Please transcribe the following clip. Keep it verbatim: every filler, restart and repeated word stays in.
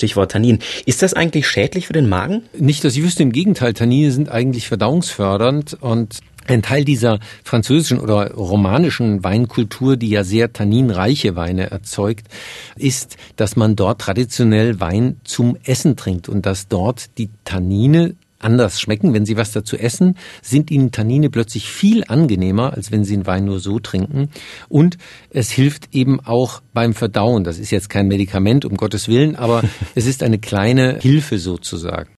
Stichwort Tannin. Ist das eigentlich schädlich für den Magen? Nicht, dass ich wüsste, im Gegenteil. Tannine sind eigentlich verdauungsfördernd und ein Teil dieser französischen oder romanischen Weinkultur, die ja sehr tanninreiche Weine erzeugt, ist, dass man dort traditionell Wein zum Essen trinkt und dass dort die Tannine anders schmecken. Wenn Sie was dazu essen, sind Ihnen Tannine plötzlich viel angenehmer, als wenn Sie einen Wein nur so trinken. Und es hilft eben auch beim Verdauen. Das ist jetzt kein Medikament, um Gottes Willen, aber es ist eine kleine Hilfe sozusagen.